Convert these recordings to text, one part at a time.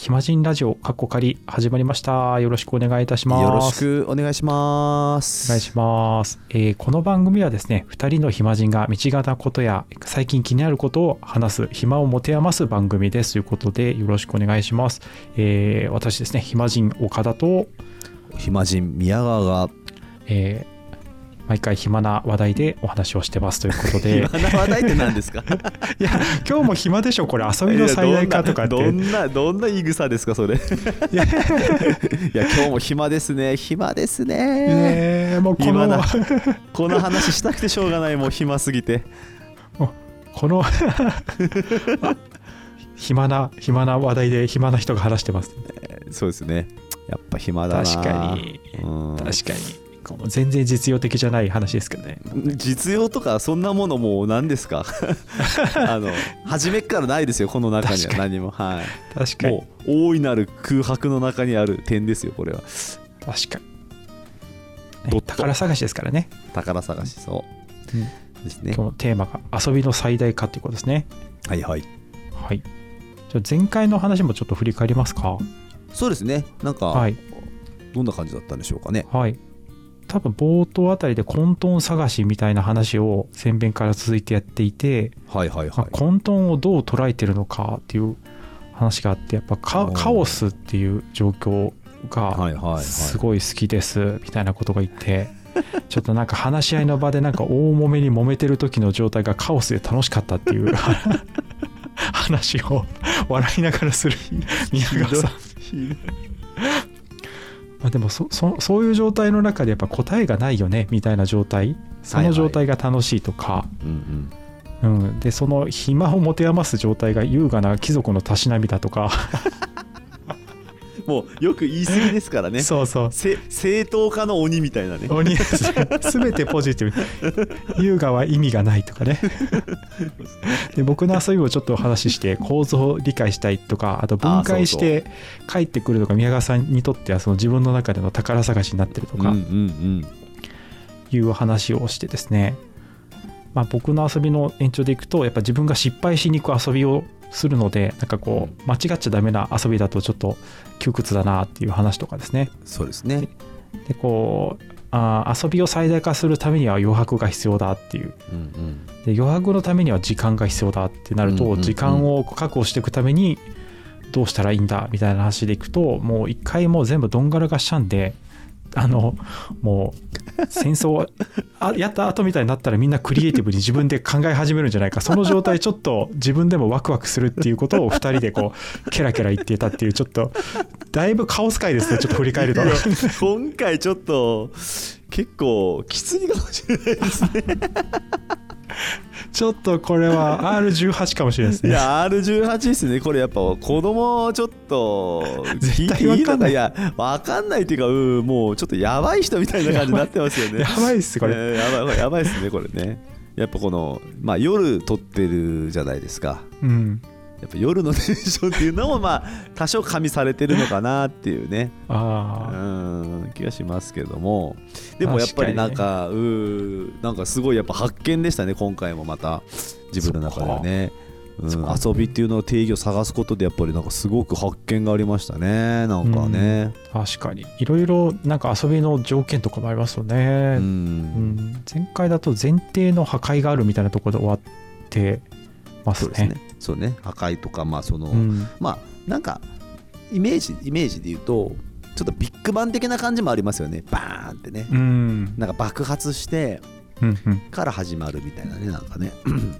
暇人ラジオカッコ仮始まりました。よろしくお願いいたします。 よろしくお願いします。 お願いします。この番組はですね、2人の暇人が道端なことや最近気になることを話す、暇を持て余す番組ですということでよろしくお願いします。私ですね、暇人岡田と暇人宮川が、 毎回暇な話題でお話をしてますということで暇な話題って何ですか？ いや今日も暇でしょこれ、遊びの最大化とかって。 どんな言い草ですかそれ。いや今日も暇ですね。暇ですね。 もうこの話したくてしょうがない。もう暇すぎてこの暇な話題で暇な人が話してます、 そうですね。やっぱ暇だな。 確かに全然実用的じゃない話ですけどね。 実用とかそんなものもう何ですか？初めっからないですよこの中には何も。はい、 確かにもう大いなる空白の中にある点ですよこれは。 確かに、宝探しですからね。 宝探し、そうですね。 今日のテーマが遊びの最大化ということですね。 はいはいはい。じゃあ前回の話もちょっと振り返りますか。 そうですね。なんか、 はい、 どんな感じだったんでしょうかね。 はい。多分冒頭あたりで混沌探しみたいな話を前編から続いてやっていて、 はいはいはい、 混沌をどう捉えてるのかっていう話があって、やっぱカオスっていう状況がすごい好きですみたいなことが言って、ちょっとなんか話し合いの場でなんか大揉めに揉めてる時の状態がカオスで楽しかったっていう話を笑いながらする宮川さん。まあ、でもそういう状態の中でやっぱ答えがないよねみたいな状態、その状態が楽しいとか、でその暇を持て余す状態が優雅な貴族のたしなみだとかもうよく言い過ぎですからね。 そう正当化の鬼みたいなね。 鬼です全てポジティブ。優雅は意味がないとかね。で僕の遊びをちょっとお話しして構造を理解したいとか、あと分解して帰ってくるとか、宮川さんにとってはその自分の中での宝探しになってるとかいう話をしてですね、まあ、僕の遊びの延長でいくと、やっぱ自分が失敗しに行く遊びをするので、なんかこう間違っちゃダメな遊びだとちょっと窮屈だなっていう話とかですね。 そうですね。 でこう遊びを最大化するためには余白が必要だっていう、で余白のためには時間が必要だってなると、時間を確保していくためにどうしたらいいんだみたいな話でいくと、もう一回もう全部どんがらがしちゃんで、もう戦争やった後みたいになったらみんなクリエイティブに自分で考え始めるんじゃないか、その状態ちょっと自分でもワクワクするっていうことを2人でこうケラケラ言っていたっていう、ちょっとだいぶカオス回ですね。ちょっと振り返ると今回ちょっと結構きついかもしれないですね。 ちょっとこれは R18 かもしれないですね。 いや R18 ですね。これやっぱ子供ちょっと絶対分かんない。 いや分かんないっていうか、もうちょっとやばい人みたいな感じになってますよね。 やばいっすこれ、 やばいっすねこれね。やっぱこの、まあ、夜撮ってるじゃないですか。やっぱ夜のテンションっていうのもまあ多少加味されてるのかなっていうね気がしますけども、でもやっぱりなんかすごいやっぱ発見でしたね今回も。また自分の中ではね、遊びっていうのの定義を探すことでやっぱりなんかすごく発見がありましたね。なんかね、 確かにいろいろなんか遊びの条件とかもありますよね。前回だと前提の破壊があるみたいなところで終わってますね。 そうね、破壊とか、まあそのまあなんかイメージで言うとちょっとビッグバン的な感じもありますよね。バーンってね、なんか爆発してから始まるみたいなね、なんかね。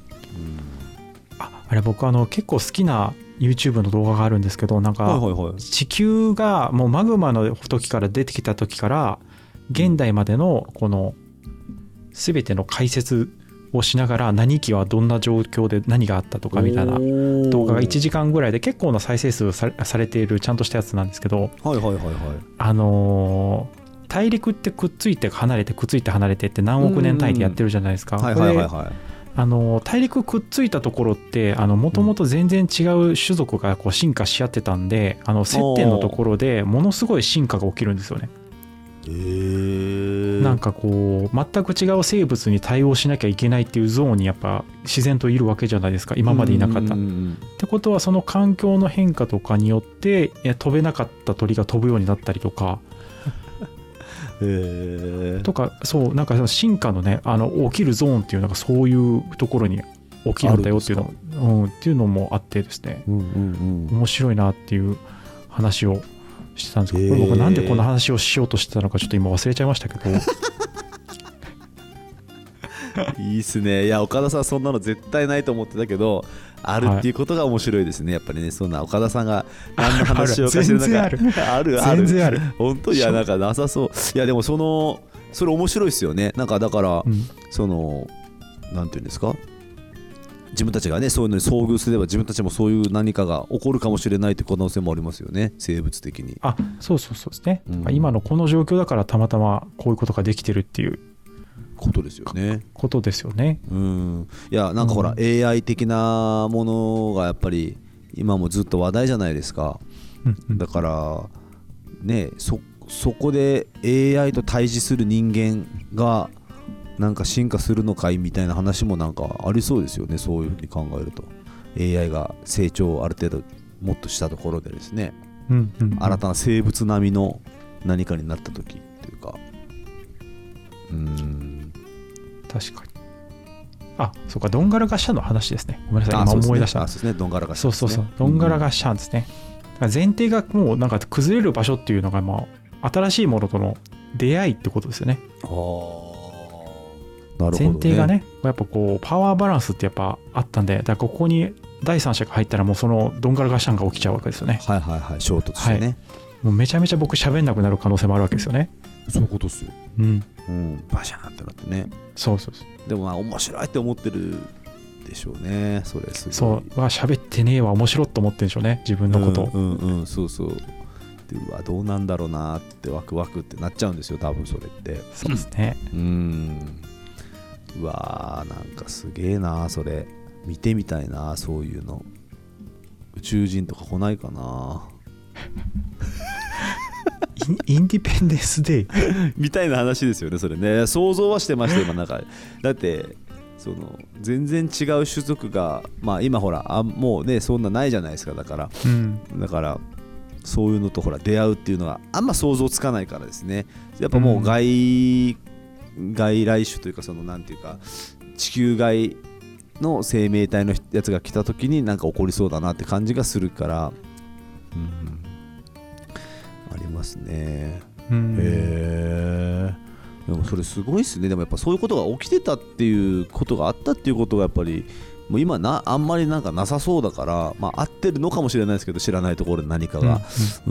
あれ僕結構好きな YouTube の動画があるんですけど、なんか地球がもうマグマの時から出てきた時から現代までのこの全ての解説をしながら、何期はどんな状況で何があったとかみたいな動画が1時間ぐらいで結構な再生数されているちゃんとしたやつなんですけど、大陸ってくっついて離れてくっついて離れてって何億年単位でやってるじゃないですか。大陸くっついたところってもともと全然違う種族がこう進化し合ってたんで、接点のところでものすごい進化が起きるんですよね。 なんかこう全く違う生物に対応しなきゃいけないっていうゾーンにやっぱ自然といるわけじゃないですか、今までいなかった。ってことはその環境の変化とかによって飛べなかった鳥が飛ぶようになったりとかとか、そうなんかその進化のね起きるゾーンっていうのがそういうところに起きるんだよっていうの、っていうのもあってですね、面白いなっていう話をしてたんですけど、僕なんでこんな話をしようとしてたのかちょっと今忘れちゃいましたけどいいっすね。いや岡田さんそんなの絶対ないと思ってたけどあるっていうことが面白いですね、やっぱりね。そんな岡田さんが何の話をかしてる中ある全然ある本当。いやなんかなさそう。いやでもそれ面白いですよね。なんかだから、そのなんていうんですか、自分たちがねそういうのに遭遇すれば自分たちもそういう何かが起こるかもしれないという可能性もありますよね、生物的に。 そうですね、今のこの状況だからたまたまこういうことができてるっていうことですよね。 いやなんかほら、AI 的なものがやっぱり今もずっと話題じゃないですか。だからねそこで AI と対峙する人間がなんか進化するのかいみたいな話もなんかありそうですよね。そういうふうに考えると AI が成長をある程度もっとしたところでですね、新たな生物並みの何かになった時っていうか、 確かに。そうか、ドンガラガッシャンの話ですね。ごめんなさい、今思い出した。 そうですね、ドンガラガッシャン、 そうドンガラガッシャンですね。前提がもうなんか崩れる場所っていうのが新しいものとの出会いってことですよね。 なるほどね、 前提がねやっぱこうパワーバランスってやっぱあったんで、だからここに第三者が入ったらもうそのドンガラガッシャンが起きちゃうわけですよね。 衝突してね、 もうめちゃめちゃ僕喋んなくなる可能性もあるわけですよね。 そういうことですよ。バシャーンってなってね。そうでも面白いって思ってるでしょうね。それすごい。 喋ってねえわ面白いと思ってるんでしょうね、自分のことを。 そうで、どうなんだろうなってワクワクってなっちゃうんですよ多分それって。 そうですね。 うわーなんかすげえな、それ見てみたいな。そういうの宇宙人とか来ないかなインディペンデンスデイみたいな話ですよねそれね。想像はしてました今。なんかだってその全然違う種族が今ほらもうねそんなないじゃないですか。だから、そういうのとほら出会うっていうのがあんま想像つかないからですね。やっぱもう外来種というか、そのなんていうか地球外の生命体のやつが来た時になんか起こりそうだなって感じがするから、ありますね。でもそれすごいっすね。でもやっぱそういうことが起きてたっていうことがあったっていうことがやっぱりもう今あんまりなんかなさそうだから、合ってるのかもしれないですけど、知らないところで何かが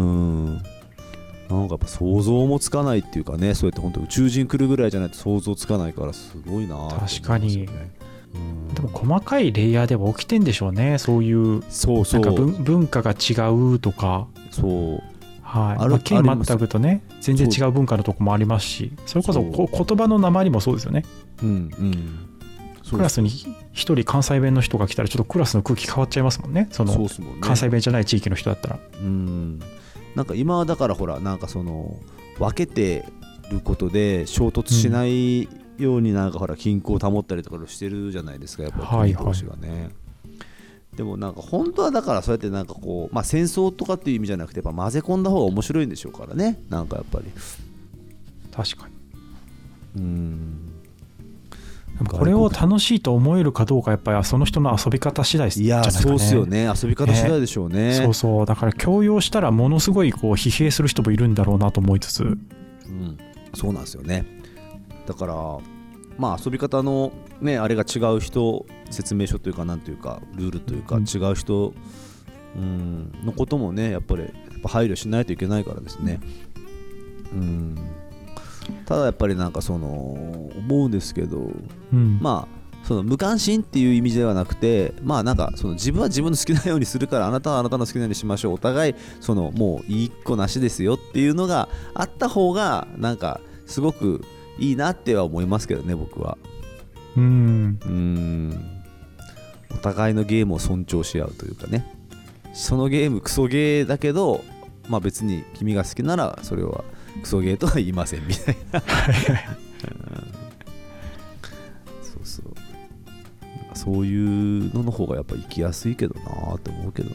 なんかやっぱ想像もつかないっていうかね。そうやって本当宇宙人来るぐらいじゃないと想像つかないからすごいな。 確かに。でも細かいレイヤーでは起きてんでしょうね。そういうなんか文化が違うとか。県まったくとね全然違う文化のとこもありますし、それこそ言葉の訛りもそうですよね。クラスに一人関西弁の人が来たらちょっとクラスの空気変わっちゃいますもんね。その関西弁じゃない地域の人だったら。 なんか今はだからほらなんかその分けてることで衝突しないようになんかほら均衡を保ったりとかしてるじゃないですか、やっぱり国同士がね。でもなんか本当はだからそうやってなんかこう戦争とかっていう意味じゃなくてやっぱ混ぜ込んだ方が面白いんでしょうからね。なんかやっぱり確かに。これを楽しいと思えるかどうかやっぱりその人の遊び方次第じゃないですかね。 そうですよね。遊び方次第でしょうね。 だから強要したらものすごいこう疲弊する人もいるんだろうなと思いつつ、 そうなんですよね。だから遊び方のねあれが違う人、説明書というかなんというかルールというか違う人のこともねやっぱ配慮しないといけないからですね。ただやっぱりなんかその思うんですけど、その無関心っていう意味ではなくて、なんかその自分は自分の好きなようにするからあなたはあなたの好きなようにしましょう、お互いそのもういいっこなしですよっていうのがあった方がなんかすごくいいなっては思いますけどね、僕は。お互いのゲームを尊重し合うというかね。そのゲームクソゲーだけど、別に君が好きならそれはクソゲーとは言いませんみたいなそうそう、そういうのの方がやっぱ生きやすいけどなって思うけどな。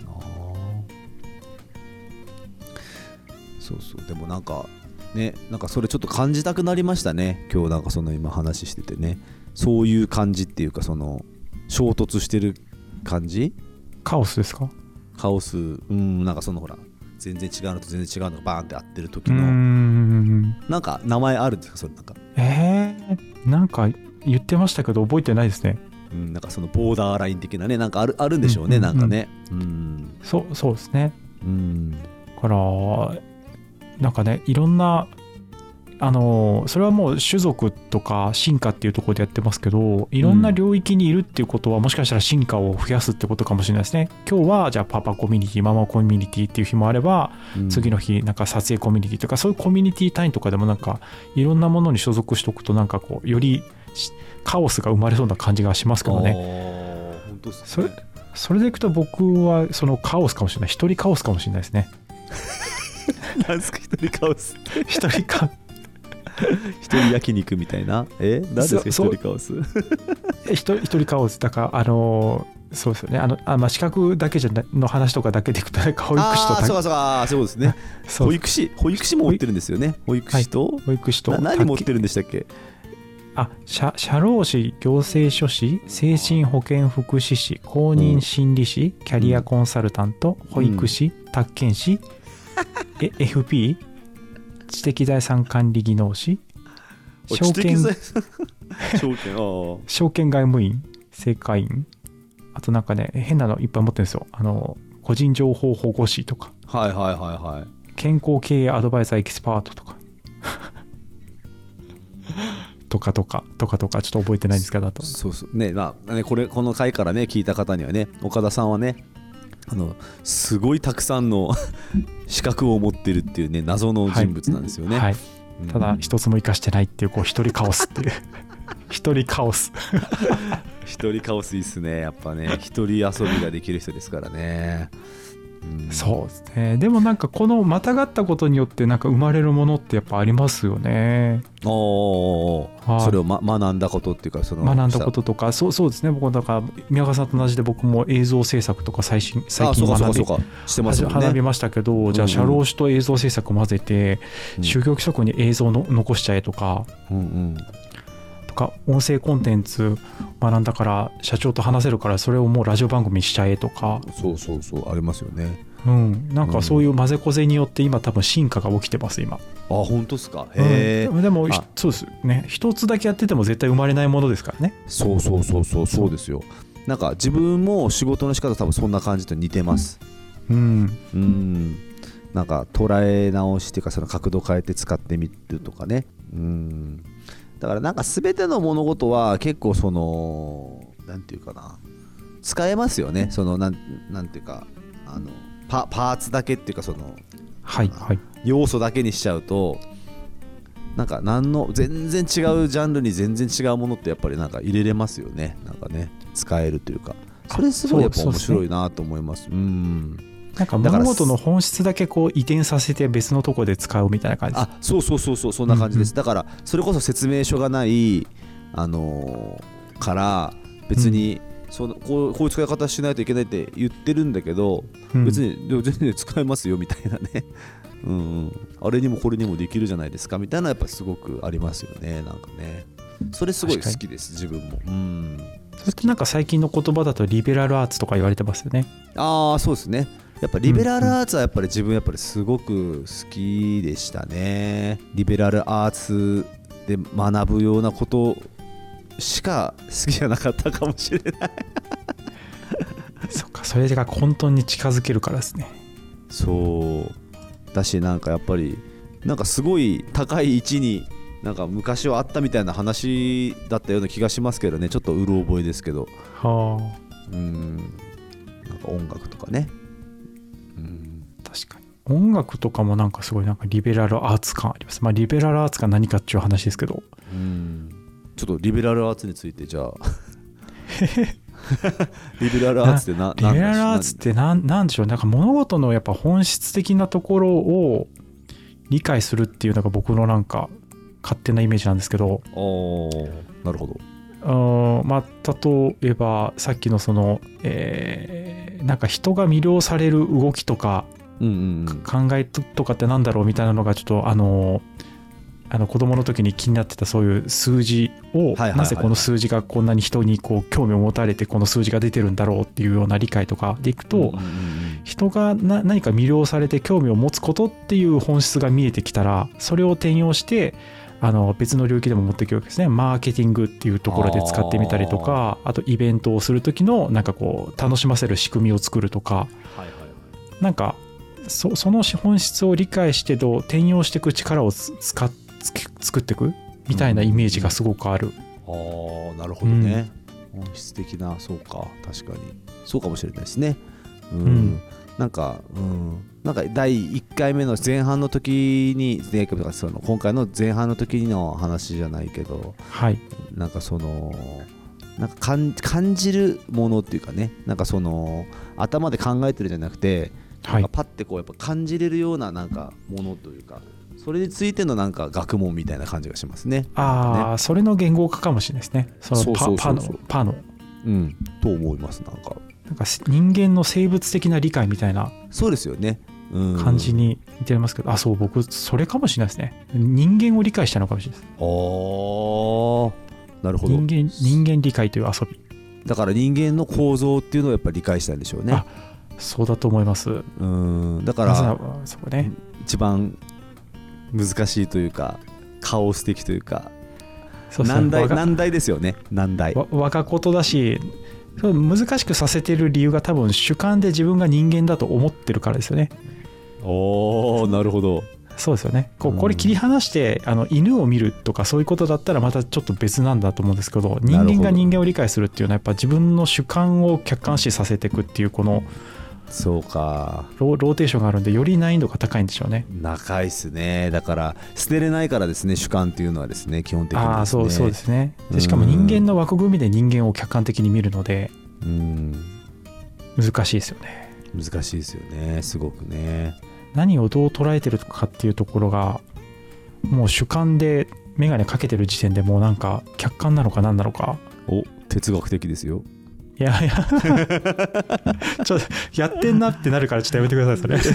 そうそう、でもなんかね、なんかそれちょっと感じたくなりましたね今日。なんかその今話しててね、そういう感じっていうか、その衝突してる感じ、 カオスですか？ カオス、なんかそのほら全然違うのと全然違うのがバーンって合ってる時のなんか名前あるんですかそれ？なんかなんか言ってましたけど覚えてないですね。 なんかそのボーダーライン的なね、なんかあるんでしょうね、なんかね。 そうですね。だからなんかね、いろんなそれはもう種族とか進化っていうところでやってますけど、いろんな領域にいるっていうことはもしかしたら進化を増やすってことかもしれないですね。今日はじゃあパパコミュニティ、ママコミュニティっていう日もあれば、次の日なんか撮影コミュニティとか、そういうコミュニティ単位とかでもなんかいろんなものに所属しておくと、なんかこうよりカオスが生まれそうな感じがしますけどね。 本当ですね。 それでいくと僕はそのカオスかもしれない、一人カオスかもしれないですね。 なんですか一人カオスって一人焼肉みたいな、何ですか一人カオス一人カオスだからそうですよね。資格だけじゃの話とかだけでいくと、なんか保育士とそうですね保育士も持ってるんですよね。保育士と何持ってるんでしたっけ？ 社労士、行政書士、精神保健福祉士、公認心理士、キャリアコンサルタント、保育士、宅建士、FP、知的財産管理技能士、証券外務員、正会員、あとなんかね、変なのいっぱい持ってるんですよ。個人情報保護士とか、健康経営アドバイザーエキスパートとかとかちょっと覚えてないんですけど、 そうね、この回からね聞いた方にはね、岡田さんはねすごいたくさんの資格を持ってるっていうね、謎の人物なんですよね。 ただ一つも生かしてないっていう、一人カオスっていう一人カオス一人カオスいいっすね。やっぱね、一人遊びができる人ですからね。 そうですね。でもなんかこのまたがったことによってなんか生まれるものってやっぱありますよね。 それを、学んだことっていうか、 学んだこととか、そうですね。僕だから宮川さんと同じで、僕も映像制作とか最近学びましたけど、じゃあ社労士と映像制作を混ぜて、就業規則に映像の残しちゃえとか、音声コンテンツ学んだから社長と話せるから、それをもうラジオ番組にしちゃえとか、 そうありますよね。 なんかそういう混ぜこぜによって今多分進化が起きてます。今本当ですか？ でもそうですね、一つだけやってても絶対生まれないものですからね。 そうですよ。なんか自分も仕事の仕方多分そんな感じと似てます。なんか捉え直しっていうか、その角度変えて使ってみるとかね。だからなんか全ての物事は結構そのなんていうかな、使えますよね。そのなんていうか、パーツだけっていうか、その要素だけにしちゃうと、なんか全然違うジャンルに全然違うものってやっぱりなんか入れれますよね。なんかね、使えるというか、それすごいやっぱ面白いなと思います。 なんか物事の本質だけこう移転させて別のところで使うみたいな感じです。 そうそんな感じです。だからそれこそ説明書がないから別にこういう使い方しないといけないって言ってるんだけど、別にでも全然使えますよみたいなね。あれにもこれにもできるじゃないですかみたいな、やっぱすごくありますよね。なんかね、それすごい好きです自分も。 それってなんか最近の言葉だとリベラルアーツとか言われてますよね。 そうですね。やっぱリベラルアーツはやっぱり自分やっぱりすごく好きでしたね。リベラルアーツで学ぶようなことしか好きじゃなかったかもしれないそっか、それが混沌に近づけるからですね。 そうだし、なんかやっぱりなんかすごい高い位置になんか昔はあったみたいな話だったような気がしますけどね。ちょっとうろ覚えですけど、なんか音楽とかね、 確かに音楽とかもなんかすごいなんかリベラルアーツ感あります。リベラルアーツが何かっていう話ですけど、 ちょっとリベラルアーツについてじゃあリベラルアーツってリベラルアーツってなんでしょう。なんか物事のやっぱ本質的なところを理解するっていうのが僕のなんか勝手なイメージなんですけど。 なるほど。 まあ、例えばさっきのその、なんか人が魅了される動きとか、考えとかってなんだろうみたいなのがちょっと子供の時に気になってたそういう数字を、なぜこの数字がこんなに人にこう興味を持たれてこの数字が出てるんだろうっていうような理解とかでいくと、人が何か魅了されて興味を持つことっていう本質が見えてきたら、それを転用して別の領域でも持っていくわけですね。マーケティングっていうところで使ってみたりとか、あとイベントをする時のなんかこう楽しませる仕組みを作るとか、なんかその本質を理解して転用していく力を作っていくみたいなイメージがすごくある。 なるほどね、本質的な、そうか、確かにそうかもしれないですね。なんか第1回目の前半の時に、今回の前半の時の話じゃないけど、なんかなんか感じるものっていうかね、なんか頭で考えてるじゃなくて、なんかパッてこうやっぱ感じれるようななんかものというか、それについてのなんか学問みたいな感じがしますね。 それの言語化かもしれないですね。パのと思います。なんか人間の生物的な理解みたいな、 そうですよね、 感じに似てますけど、そう僕それかもしれないですね。人間を理解したのかもしれないです。 なるほど。 人間理解という遊びだから、人間の構造っていうのをやっぱり理解したんでしょうね。 そうだと思います。 だから一番難しいというか、カオス的というか、難題ですよね。 我がことだし、難しくさせてる理由が多分主観で自分が人間だと思ってるからですよね。 なるほど。 そうですよね。これ切り離して犬を見るとかそういうことだったらまたちょっと別なんだと思うんですけど、人間が人間を理解するっていうのはやっぱ自分の主観を客観視させていくっていう、このそうか、 ローテーションがあるんで、より難易度が高いんでしょうね。 高いですね。だから捨てれないからですね、主観っていうのはですね、基本的にですね。 そうですね。でしかも人間の枠組みで人間を客観的に見るので、難しいですよね。 難しいですよね、すごくね。 何をどう捉えてるかっていうところが、もう主観で眼鏡かけてる時点でもうなんか客観なのか何なのか。 哲学的ですよ。 いやちょっとやってんなってなるからちょっとやめてください、そ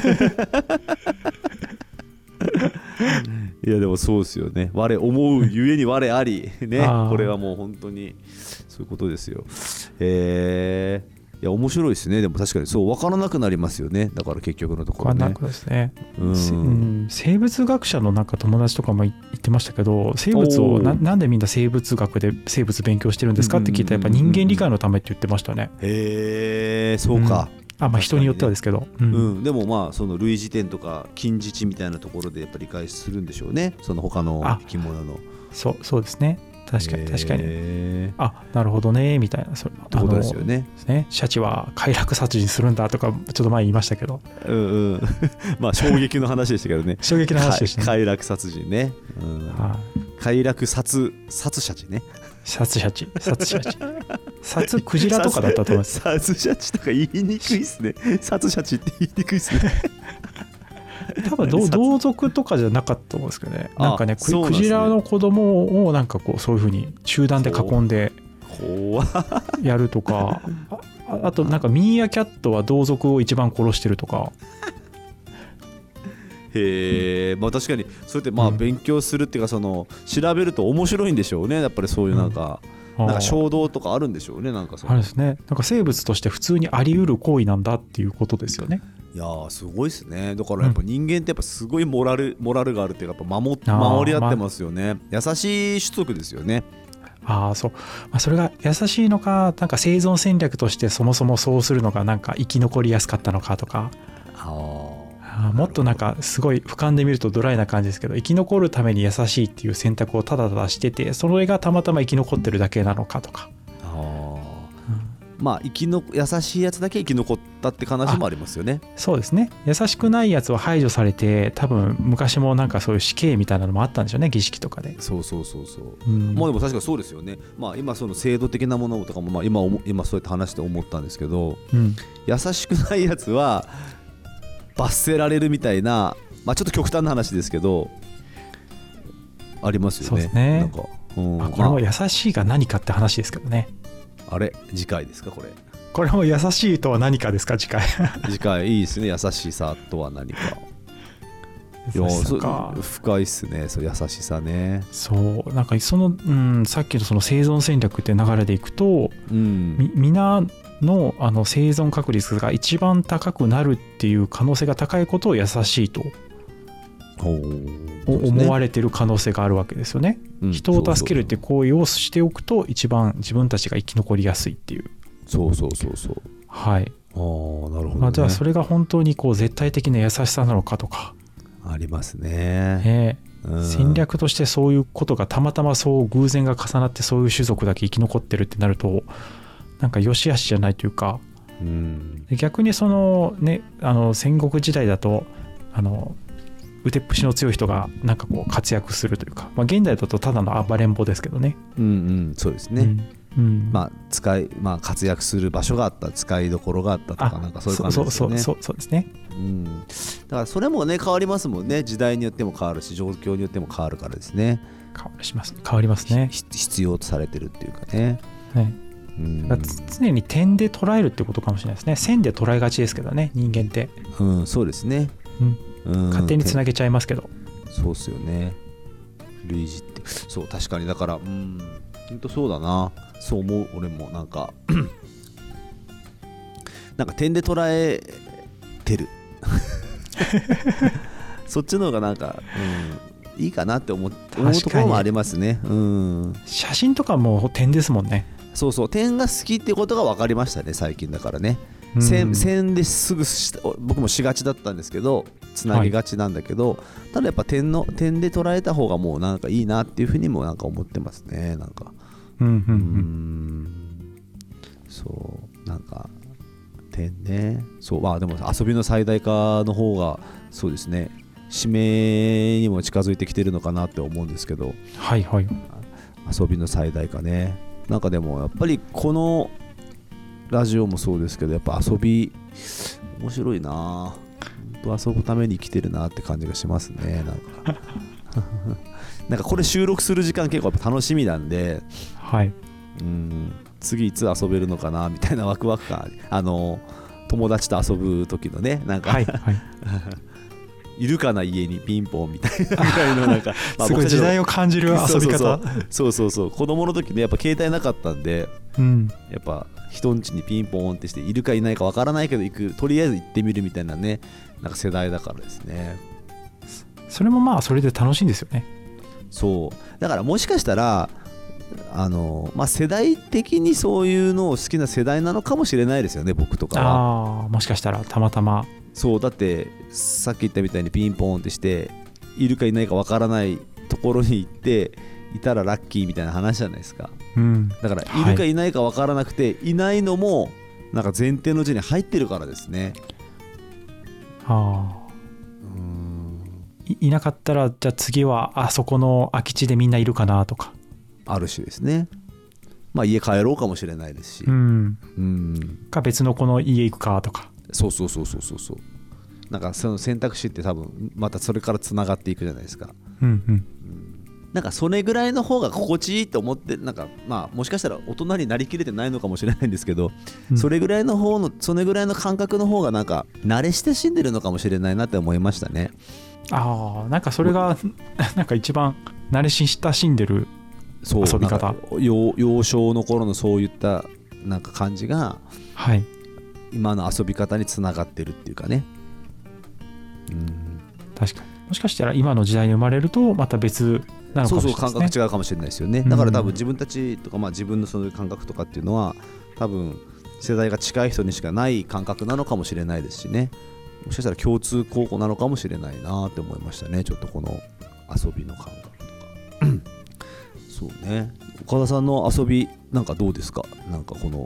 れ。いやでもそうですよね。我思うゆえに我ありね。これはもう本当にそういうことですよ。いや面白いですね。でも確かにそう分からなくなりますよね。だから結局のところね。 分からなくですね。生物学者のなんか友達とかも言ってましたけど、生物をなんでみんな生物学で生物勉強してるんですかって聞いたら、やっぱ人間理解のためって言ってましたね。 そうか。 人によってはですけど、 でもその類似点とか近似値みたいなところでやっぱり理解するんでしょうね。その他の生き物の。 そうですね。確かになるほどねみたいな、そういうことですよね。 シャチは快楽殺人するんだとかちょっと前言いましたけど、 衝撃の話でしたけどね。 衝撃の話でしたね。 快楽殺人ね。快楽殺シャチね。殺シャチ殺クジラとかだったと思います。 殺シャチとか言いにくいですね。殺シャチって言いにくいですね。 多分同族とかじゃなかったと思うんですけどね。なんかね、クジラの子供をなんかこうそういう風に集団で囲んでやるとか、あとなんかミーアキャットは同族を一番殺してるとか。 確かにそうやって勉強するっていうか、調べると面白いんでしょうね。やっぱりそういうなんか衝動とかあるんでしょうね。なんかあれですね。なんか生物として普通にあり得る行為なんだっていうことですよね。 いやすごいですね。だからやっぱ人間ってやっぱすごいモラルがあるっていうか、やっぱ守り合ってますよね。優しい種族ですよね。 それが優しいのか、なんか生存戦略としてそもそもそうするのがなんか生き残りやすかったのかとか。もっとなんかすごい俯瞰で見るとドライな感じですけど、生き残るために優しいっていう選択をただただしてて、それがたまたま生き残ってるだけなのかとか。 優しいやつだけ生き残ったって話もありますよね。 そうですね。優しくないやつは排除されて、多分昔もなんかそういう死刑みたいなのもあったんでしょうね、儀式とかで。 そう、でも確かにそうですよね。今その制度的なものとかも今そうやって話して思ったんですけど、優しくないやつは罰せられるみたいなまあちょっと極端な話ですけどありますよね。 そうですね。 なんか、 これも優しいが何かって話ですけどね。 あれ次回ですかこれ。 これも優しいとは何かですか次回。 次回いいですね。優しさとは何か。 優しさか。 深いっすね。そう優しさね。 そうなんかさっきのその生存戦略って流れでいくと、皆の生存確率が一番高くなるっていう可能性が高いことを優しいと思われてる可能性があるわけですよね。人を助けるって行為をしておくと一番自分たちが生き残りやすいっていう。 そうはい。 なるほどね。 じゃあそれが本当にこう絶対的な優しさなのかとかありますね。 戦略としてそういうことがたまたまそう偶然が重なってそういう種族だけ生き残ってるってなるとなんか良し悪しじゃないというか、逆にそのね戦国時代だと腕っぷしの強い人がなんかこう活躍するというか、現代だとただの暴れん坊ですけどね。 そうですね。活躍する場所があった、使いどころがあったとか、なんかそういう感じですよね。そうですね。 だからそれもね変わりますもんね。時代によっても変わるし状況によっても変わるからですね。 変わりますね。 必要とされてるっていうかね。 常に点で捉えるってことかもしれないですね。線で捉えがちですけどね人間って。 そうですね。 勝手につなげちゃいますけど。 そうっすよね。類似ってそう確かにだから本当そうだな。そう思う。俺もなんか点で捉えてるそっちの方がなんか、いいかなって思うところもありますね。 写真とかも点ですもんね。 そう点が好きってことが分かりましたね最近だからね。線ですぐ僕もしがちだったんですけどつなげがちなんだけど、ただやっぱ点で捉えた方がもうなんかいいなっていうふうにもなんか思ってますね。なんかそうなんか点ね。そうでも遊びの最大化の方がそうですね締めにも近づいてきてるのかなって思うんですけど、遊びの最大化ね。なんかでもやっぱりこのラジオもそうですけどやっぱ遊び面白いな。本当遊ぶために生きてるなって感じがしますね。なんかこれ収録する時間結構やっぱ楽しみなんで、次いつ遊べるのかなみたいなワクワク感。友達と遊ぶ時のねなんか、いるかな家にピンポンみたいなぐらいのなんかすごい時代を感じる遊び方。 そう子供の時ねやっぱ携帯なかったんで、やっぱ人ん家にピンポンってしているかいないかわからないけどとりあえず行ってみるみたいなねなんか世代だからですね。 それもそれで楽しいんですよね。 だからもしかしたら世代的にそういうのを好きな世代なのかもしれないですよね僕とかは。 もしかしたらたまたまだってさっき言ったみたいにピンポンってしているかいないかわからないところに行っていたらラッキーみたいな話じゃないですか。だからいるかいないかわからなくて、いないのもなんか前提のうちに入ってるからですね。 いなかったらじゃあ次はあそこの空き地でみんないるかなとかある種ですね。家帰ろうかもしれないですし、 か別の子の家行くかとか。そうなんかその選択肢って多分またそれからつながっていくじゃないですか。なんかそれぐらいの方が心地いいと思って、なんかもしかしたら大人になりきれてないのかもしれないんですけど、それぐらいの感覚の方がなんか慣れ親しんでるのかもしれないなって思いましたね。 なんかそれがなんか一番慣れ親しんでる遊び方。 幼少の頃のそういったなんか感じが、今の遊び方につながってるっていうかね。 確かにもしかしたら今の時代に生まれるとまた別なのかもしれないですね。 感覚違うかもしれないですよね。だから多分自分たちとか自分のそういう感覚とかっていうのは多分世代が近い人にしかない感覚なのかもしれないですしね。もしかしたら共通項なのかもしれないなって思いましたね。ちょっとこの遊びの感覚とかそうね。岡田さんの遊びなんかどうですか。なんかこの、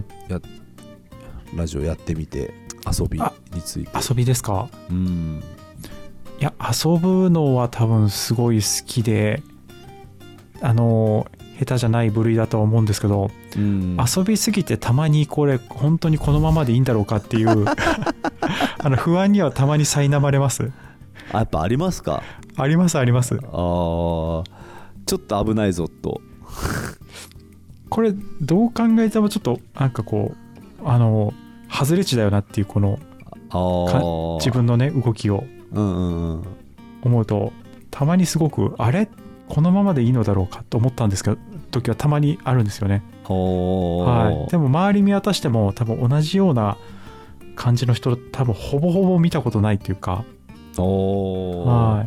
ラジオやってみて遊びについて。 遊びですか。いや遊ぶのは多分すごい好きで下手じゃない部類だとは思うんですけど、遊びすぎてたまにこれ本当にこのままでいいんだろうかっていう不安にはたまに苛まれます。 やっぱありますか？ ありますあります。 ちょっと危ないぞと。 これどう考えてもちょっとなんかこう外れ値だよなっていうこの自分のね動きを思うと、たまにすごくあれこのままでいいのだろうかと思ったんですけど時はたまにあるんですよね。はい、でも周り見渡しても多分同じような感じの人多分ほぼほぼ見たことないっていうか、はい、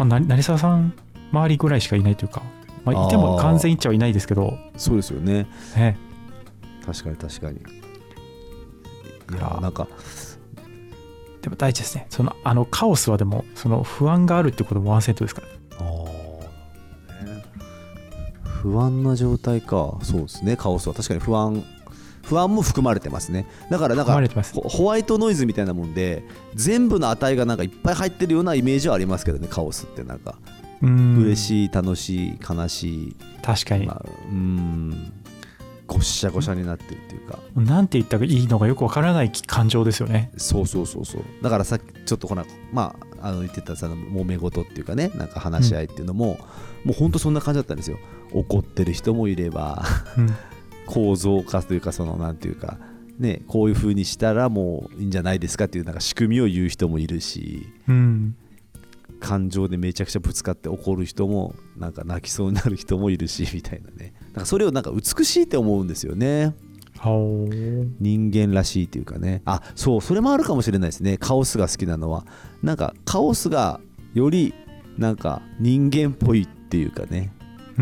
成沢さん周りぐらいしかいないというか、いても完全一致はいないですけど。 そうですよね。確かに確かに。いやなんかでも大事ですね。カオスはでもその不安があるってこともワンセントですから。 不安な状態か。そうですね。カオスは確かに不安も含まれてますね。だからなんかホワイトノイズみたいなもんで全部の値がなんかいっぱい入ってるようなイメージはありますけどね。カオスってなんか嬉しい楽しい悲しい、 確かに、 ごっしゃごしゃになってるっていうか、 なんて言ったらいいのかよくわからない感情ですよね。 そうだからさっきちょっと言ってた揉め事っていうかね、なんか話し合いっていうのも、もうほんとそんな感じだったんですよ。怒ってる人もいれば、構造化というかなんていうかね、こういう風にしたらもういいんじゃないですかっていうなんか仕組みを言う人もいるし、感情でめちゃくちゃぶつかって怒る人もなんか泣きそうになる人もいるしみたいなね。なんかそれをなんか美しいって思うんですよね。人間らしいっていうかね。そうそれもあるかもしれないですね。カオスが好きなのはなんかカオスがよりなんか人間っぽいっていうかね。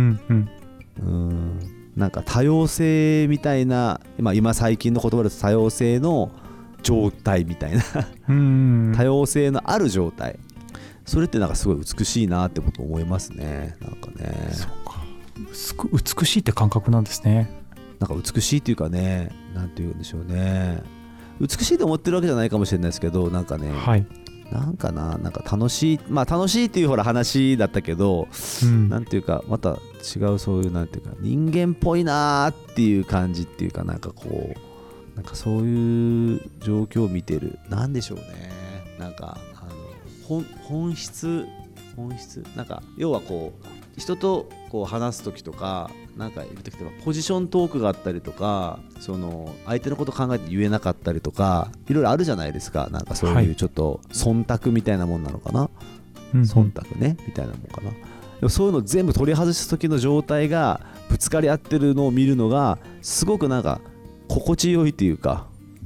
なんか多様性みたいな、今最近の言葉ですと多様性の状態みたいな多様性のある状態、それってなんかすごい美しいなって僕思いますね。なんかね。 そうか、美しいって感覚なんですね。 なんか美しいっていうかね、なんて言うんでしょうね。美しいと思ってるわけじゃないかもしれないですけど、なんかね、なんか楽しい、楽しいっていう話だったけど、なんていうかまた違うそういうなんていうか人間っぽいなっていう感じっていうか、なんかこうなんかそういう状況を見てる、なんでしょうね。なんか本質なんか要はこう人とこう話す時とかなんかいる時とかポジショントークがあったりとか、相手のこと考えて言えなかったりとかいろいろあるじゃないですか。なんかそういうちょっと忖度みたいなもんなのかな、忖度ねみたいなもんかな。でもそういうの全部取り外した時の状態がぶつかり合ってるのを見るのがすごくなんか心地よいというか、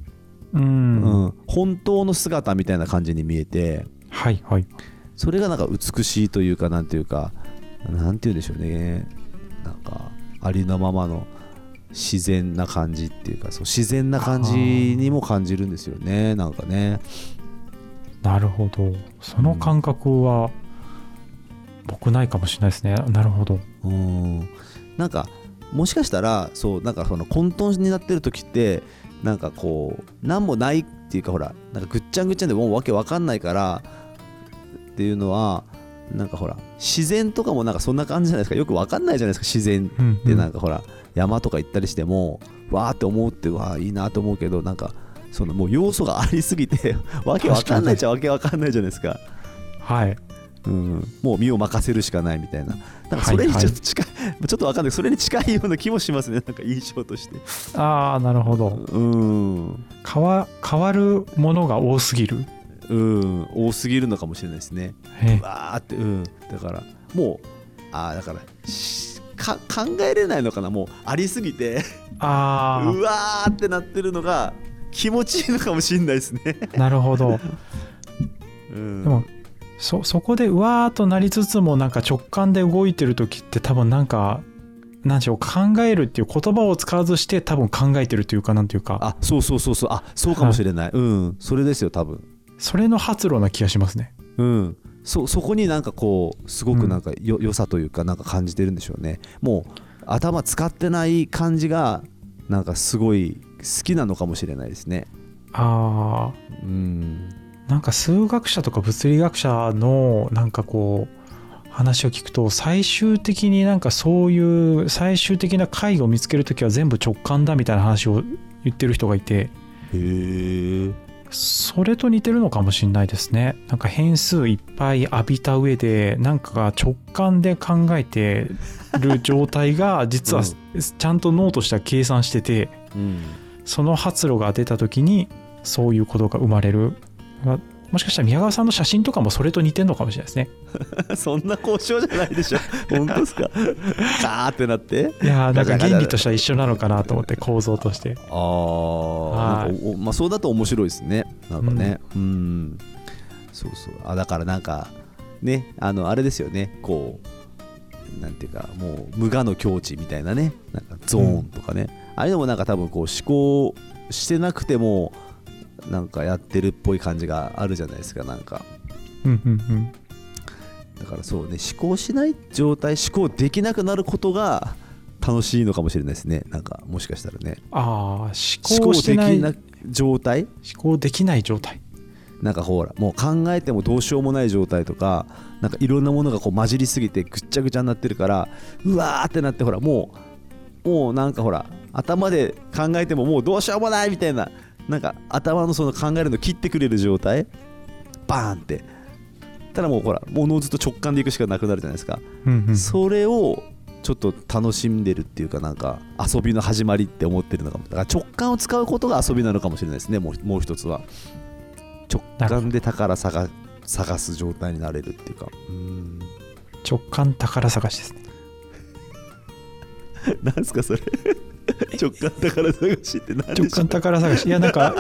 本当の姿みたいな感じに見えて、それがなんか美しいというか、なんていうか、なんていうんでしょうね。なんかありのままの自然な感じっていうか、自然な感じにも感じるんですよね。なんかね。 なるほど。その感覚は僕ないかもしれないですね。なるほど。 なんかもしかしたらなんか混沌になってる時ってなんかこう何もないっていうか、ほらなんかぐっちゃんぐっちゃんでもうわけわかんないからっていうのは、なんかほら自然とかもなんかそんな感じじゃないですか。よくわかんないじゃないですか。自然ってなんかほら山とか行ったりしてもわーって思うっていいなと思うけど、なんかもう要素がありすぎてわけわかんないっちゃわけわかんないじゃないですか。もう身を任せるしかないみたいな。なんかそれにちょっと近い、ちょっとわかんない、それに近いような気もしますね。なんか印象として。 なるほど。変わるものが多すぎる。 多すぎるのかもしれないですね。わーって、だからもうだから考えれないのかな、もうありすぎてうわーってなってるのが気持ちいいのかもしれないですね。 なるほど。でもそこでうわーっとなりつつもなんか直感で動いてる時って多分なんか何でしょう、考えるっていう言葉を使わずして多分考えてるというか、なんていうか、 そうかもしれない。それですよ多分。 それの発露な気がしますね。 そこになんかこうすごくなんか良さというかなんか感じてるんでしょうね。もう頭使ってない感じがなんかすごい好きなのかもしれないですね。 なんか数学者とか物理学者のなんかこう話を聞くと、最終的になんかそういう最終的な解を見つけるときは全部直感だみたいな話を言ってる人がいて、 それと似てるのかもしれないですね。なんか変数いっぱい浴びた上でなんかが直感で考えてる状態が実はちゃんと脳としては計算してて、その発露が出た時にそういうことが生まれる。もしかしたら宮川さんの写真とかもそれと似てるのかもしれないですね。 そんな交渉じゃないでしょ。本当ですか。ガーってなって。 いやなんか原理としては一緒なのかなと思って、構造として。 まあそうだと面白いですね。なんかね。そうそう。だからなんかね、あれですよね。こうなんていうか、もう無我の境地みたいなね。なんかゾーンとかね。ああいうのもなんか多分こう思考してなくてもなんかやってるっぽい感じがあるじゃないですか。なんかだからそうね、思考しない状態、思考できなくなることが楽しいのかもしれないですね。なんかもしかしたらね、 思考してない状態、 思考できない状態、 なんかほらもう考えてもどうしようもない状態とか、なんかいろんなものがこう混じりすぎてぐっちゃぐちゃになってるから、うわーってなって、ほらもうなんかほら頭で考えてももうどうしようもないみたいな、なんか頭のその考えるの切ってくれる状態、バーンって、ただもうほらものずっと直感でいくしかなくなるじゃないですか。それをちょっと楽しんでるっていうか、なんか遊びの始まりって思ってるのかも。だから直感を使うことが遊びなのかもしれないですね。もう一つは直感で宝探す状態になれるっていうか、 直感宝探しですね。 なんすかそれ。直感宝探しって何でしょう。 直感宝探し、いやなんか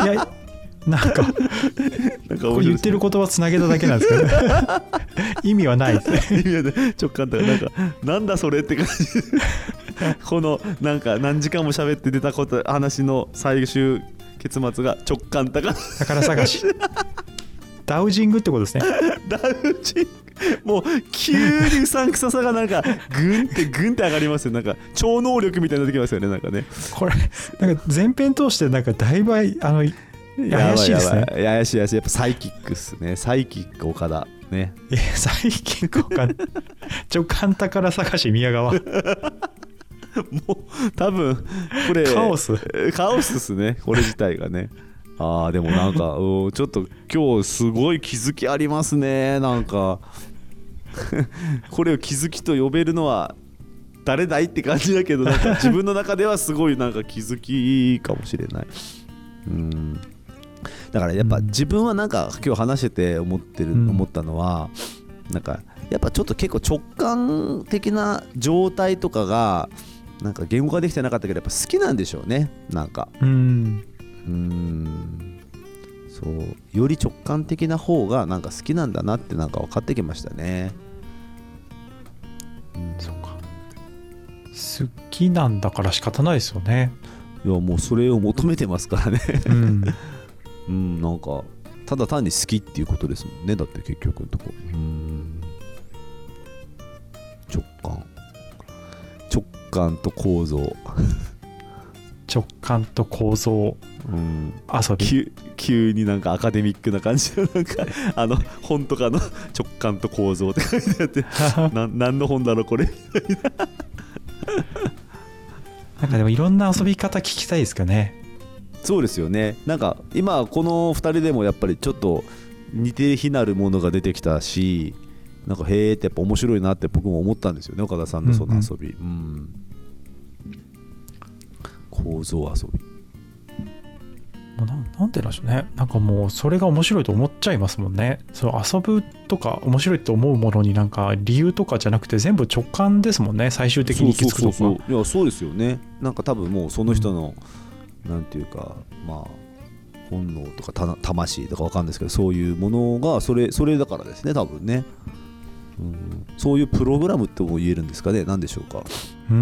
言ってる言葉つなげただけなんですけど意味はないですね。 意味はない。直感宝、なんだそれって感じこのなんか何時間も喋って出た話の最終結末が直感宝探しダウジングってことですね。 ダウジング、もう急にうさんくささがなんかグンって上がりますよ。なんか超能力みたいになってきますよね。なんかね、これなんか前編通してなんかだいぶ怪しいですね。 怪しい。やっぱサイキックっすね。サイキック岡田ね。 サイキック岡田直感宝探し宮川もう多分これカオスっすね、これ自体がね。でもなんかちょっと今日すごい気づきありますね。なんかこれを気づきと呼べるのは誰だいって感じだけど、なんか自分の中ではすごいなんか気づきかもしれない。だからやっぱ自分はなんか今日話してて思ったのは、なんかやっぱちょっと結構直感的な状態とかがなんか言語化できてなかったけど、やっぱ好きなんでしょうね。なんかそうより直感的な方がなんか好きなんだなってなんか分かってきましたね。 そうか、好きなんだから仕方ないですよね。 いやもうそれを求めてますからね。なんかただ単に好きっていうことですもんね。だって結局のとこ直感と構造直感と構造、遊び、 急になんかアカデミックな感じのなんか本とかの直感と構造って書いてあって何の本だろうこれみたいな。 なんかでもいろんな遊び方聞きたいですかね。 そうですよね。なんか今この2人でもやっぱりちょっと似て非なるものが出てきたし、なんかへーってやっぱ面白いなって僕も思ったんですよね。岡田さんのその遊び、構造遊び、 なんて言うんでしょうね。なんかもうそれが面白いと思っちゃいますもんね。その遊ぶとか面白いと思うものになんか理由とかじゃなくて全部直感ですもんね。最終的に行き着くところ。 いやそうですよね。なんか多分もうその人の、なんていうかまあ本能とか魂とかわかんないですけど、そういうものがそれだからですね多分ね。そういうプログラムっても言えるんですかね。なんでしょうか。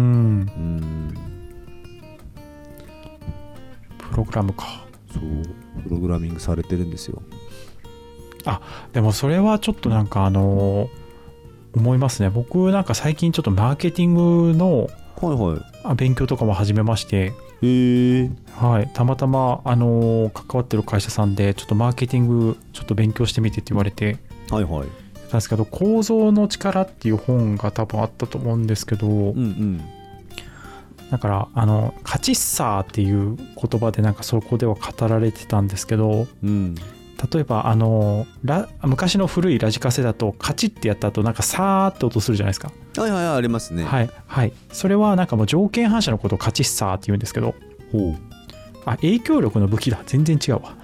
プログラムか。 そうプログラミングされてるんですよ。 でもそれはちょっとなんか思いますね。僕なんか最近ちょっとマーケティングの勉強とかも始めまして、たまたま関わってる会社さんでちょっとマーケティングちょっと勉強してみてって言われて、なんですけど、構造の力っていう本が多分あったと思うんですけど、 だからカチッサーっていう言葉でなんかそこでは語られてたんですけど、うん、例えば昔の古いラジカセだとカチッってやった後なんかサーって音するじゃないですか。 はいはい、ありますね。 はいはい。それはなんかもう条件反射のことをカチッサーって言うんですけど、 ほう、 影響力の武器だ。全然違うわ。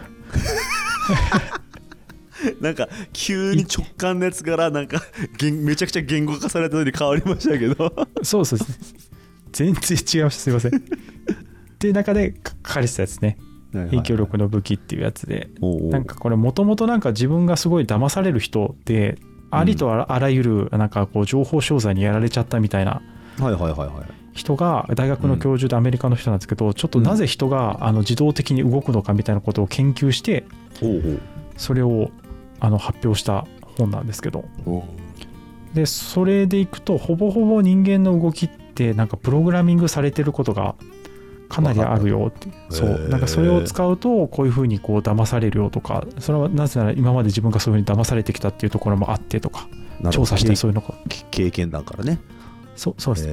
なんか急に直感のやつからなんかめちゃくちゃ言語化されたのに変わりましたけど。 そうですね。全然違いました。すいません。っていう中で書かれてたやつね。影響力の武器っていうやつで、なんかこれもともとなんか自分がすごい騙される人で、ありとあらゆるなんかこう情報商材にやられちゃったみたいな人が大学の教授でアメリカの人なんですけど、ちょっとなぜ人が自動的に動くのかみたいなことを研究して、それを発表した本なんですけど、でそれでいくとほぼほぼ人間の動きってなんかプログラミングされてることがかなりあるよって。そうなんかそれを使うとこういうふうにこう騙されるよとか、それはなぜなら今まで自分がそういうふうに騙されてきたっていうところもあってとか、調査してそういうのが経験だからね。 そう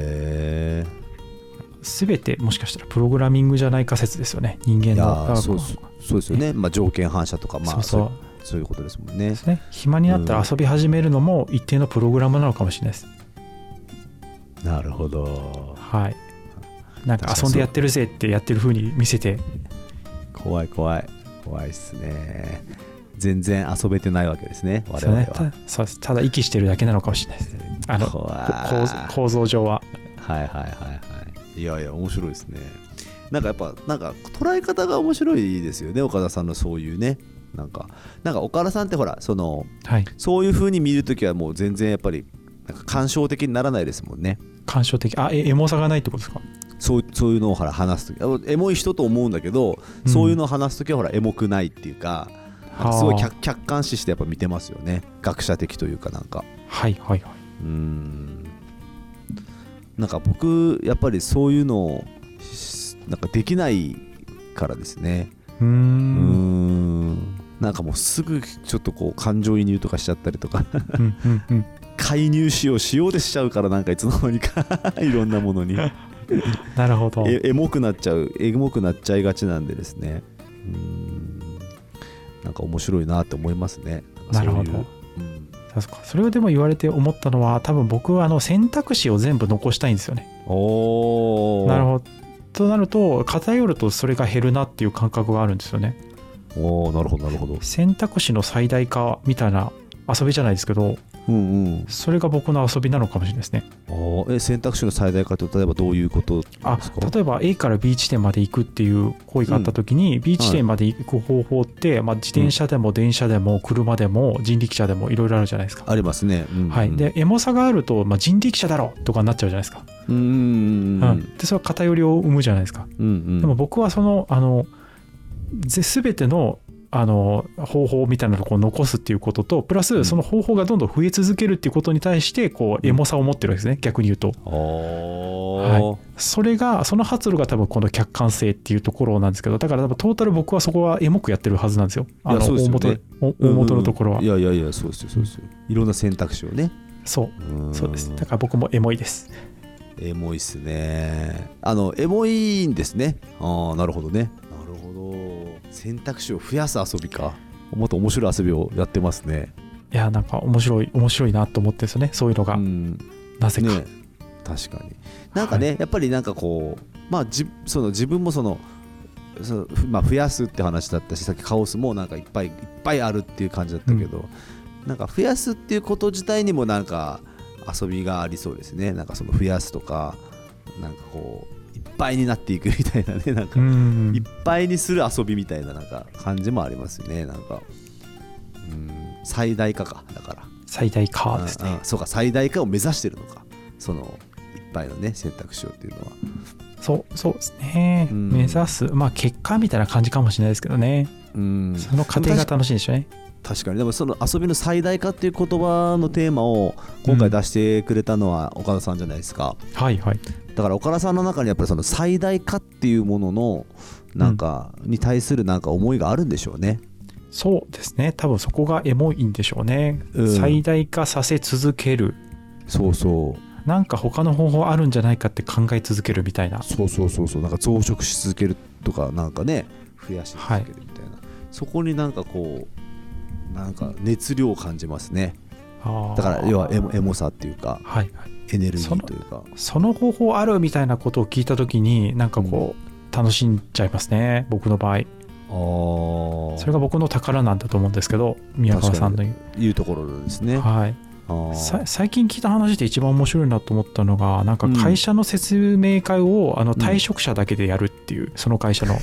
です全てもしかしたらプログラミングじゃないか説ですよね、人間の。 そうですよね、まあ、条件反射とか、まあ、そういうことですもんね。 ですね。暇になったら遊び始めるのも一定のプログラムなのかもしれないです。 なるほど。 はい。なんか遊んでやってるぜってやってる風に見せて、 怖いっすね。全然遊べてないわけですね、我々は。 そうです。ただ息してるだけなのかもしれないです。構造上は。 いや面白いですね。なんかやっぱなんか捉え方が面白いですよね、岡田さんのそういうね。なんか岡田さんってほらそういう風に見るときはもう全然やっぱりなんか感傷的にならないですもんね。 感傷的、エモさがないってことですか。 そういうのを話すとき、エモい人と思うんだけど、そういうのを話すときはほらエモくないっていうか、すごい客観視してやっぱ見てますよね。学者的というかなんか。なんか僕やっぱりそういうのをなんかできないからですね。なんかもうすぐちょっとこう感情移入とかしちゃったりとか介入しようでしちゃうから、なんかいつの間にかいろんなものになるほど。 エモくなっちゃいがちなんでですね。なんか面白いなって思いますね。 なるほど。それをでも言われて思ったのは、多分僕は選択肢を全部残したいんですよね。なるほど。となると偏るとそれが減るなっていう感覚があるんですよね。 なるほど。 選択肢の最大化みたいな遊びじゃないですけど、それが僕の遊びなのかもしれないですね。 選択肢の最大化って例えばどういうことですか？ 例えば A から B 地点まで行くっていう行為があった時に、B 地点まで行く方法って、自転車でも電車でも車でも人力車でもいろいろあるじゃないですか。 ありますね。 でエモさがあると、人力車だろとかになっちゃうじゃないですか。でそれは偏りを生むじゃないですか。でも僕はその全ての方法みたいなところを残すっていうことと、プラスその方法がどんどん増え続けるっていうことに対してこうエモさを持ってるわけですね、逆に言うと。それがその発露が多分この客観性っていうところなんですけど、だから多分トータル僕はそこはエモくやってるはずなんですよ。大元のところは。 いやそうですよ。いろんな選択肢をね。 そうです。だから僕もエモいです。 エモいっすね。エモいんですね。なるほどね。選択肢を増やす遊びか。もっと面白い遊びをやってますね。 いや、なんか面白いなと思ってですね、そういうのが。なぜか、ね、 確かになんかね、やっぱりなんかこう、自分も増やすって話だったし、さっきカオスもなんかいっぱいあるっていう感じだったけど、なんか増やすっていうこと自体にもなんか遊びがありそうですね。なんかその増やすとか、なんかこういっぱいになっていくみたいなね、なんかいっぱいにする遊びみたいななんか感じもありますよね。なんか最大化か、だから最大化ですね。 そうか、最大化を目指してるのか、そのいっぱいのね選択肢をっていうのは。 そうですね、目指す結果みたいな感じかもしれないですけどね。その過程が楽しいでしょうね。 確かに。でもその遊びの最大化っていう言葉のテーマを今回出してくれたのは岡田さんじゃないですか。だから岡田さんの中にやっぱりその最大化っていうもののなんかに対するなんか思いがあるんでしょうね。 そうですね、多分そこがエモいんでしょうね。最大化させ続ける。 なんか他の方法あるんじゃないかって考え続けるみたいな。 そうなんか増殖し続けるとか、なんかね増やし続けるみたいな、そこになんかこうなんか熱量を感じますね。だから要はエモさっていうか、エネルギーというか、 その方法あるみたいなことを聞いた時になんかこう、楽しんじゃいますね、僕の場合。それが僕の宝なんだと思うんですけど、宮川さんの言うところですね。 最近聞いた話で一番面白いなと思ったのが、なんか会社の説明会を退職者だけでやるっていう、その会社の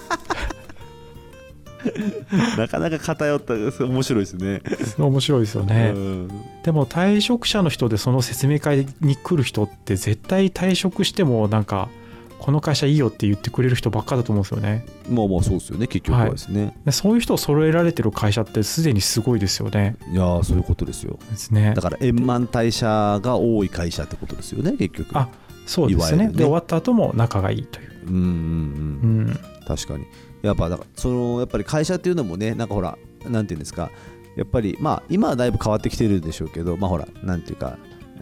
なかなか偏った面白いですね。 面白いですよね。でも退職者の人でその説明会に来る人って絶対退職してもなんかこの会社いいよって言ってくれる人ばっかだと思うんですよね。 まあそうですよね、結局はですね、 そういう人を揃えられてる会社ってすでにすごいですよね。 いやそういうことですよ。 ですね。 だから円満退社が多い会社ってことですよね、結局。 そうですね。で終わった後も仲がいいという。 確かに。やっぱだからやっぱり会社っていうのもね、なんかほらなんていうんですか、やっぱり今はだいぶ変わってきてるんでしょうけど、ほらなんていうか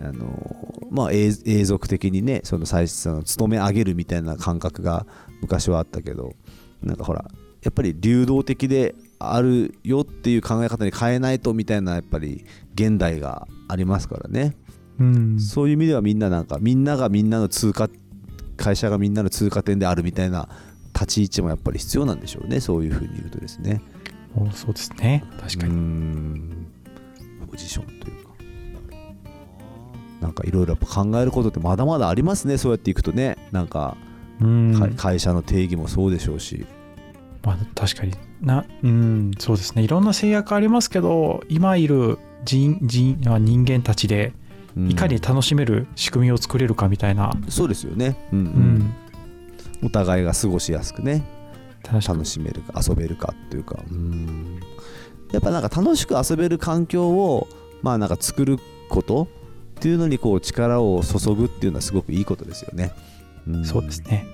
永続的にね、その勤め上げるみたいな感覚が昔はあったけど、なんかほらやっぱり流動的であるよっていう考え方に変えないとみたいな、やっぱり現代がありますからね。そういう意味ではみんながみんなの会社がみんなの通過点であるみたいな立ち位置もやっぱり必要なんでしょうね、そういうふうに言うとですね。 そうですね、確かに。 ポジションというか、なんかいろいろ考えることってまだまだありますね、そうやっていくとね。なんか会社の定義もそうでしょうし、 確かにそうですね、いろんな制約ありますけど、今いる人間たちでいかに楽しめる仕組みを作れるかみたいな。 そうですよね。お互いが過ごしやすくね、楽しめるか遊べるかっていうか、やっぱなんか楽しく遊べる環境をなんか作ることっていうのにこう力を注ぐっていうのはすごくいいことですよね。 そうですね。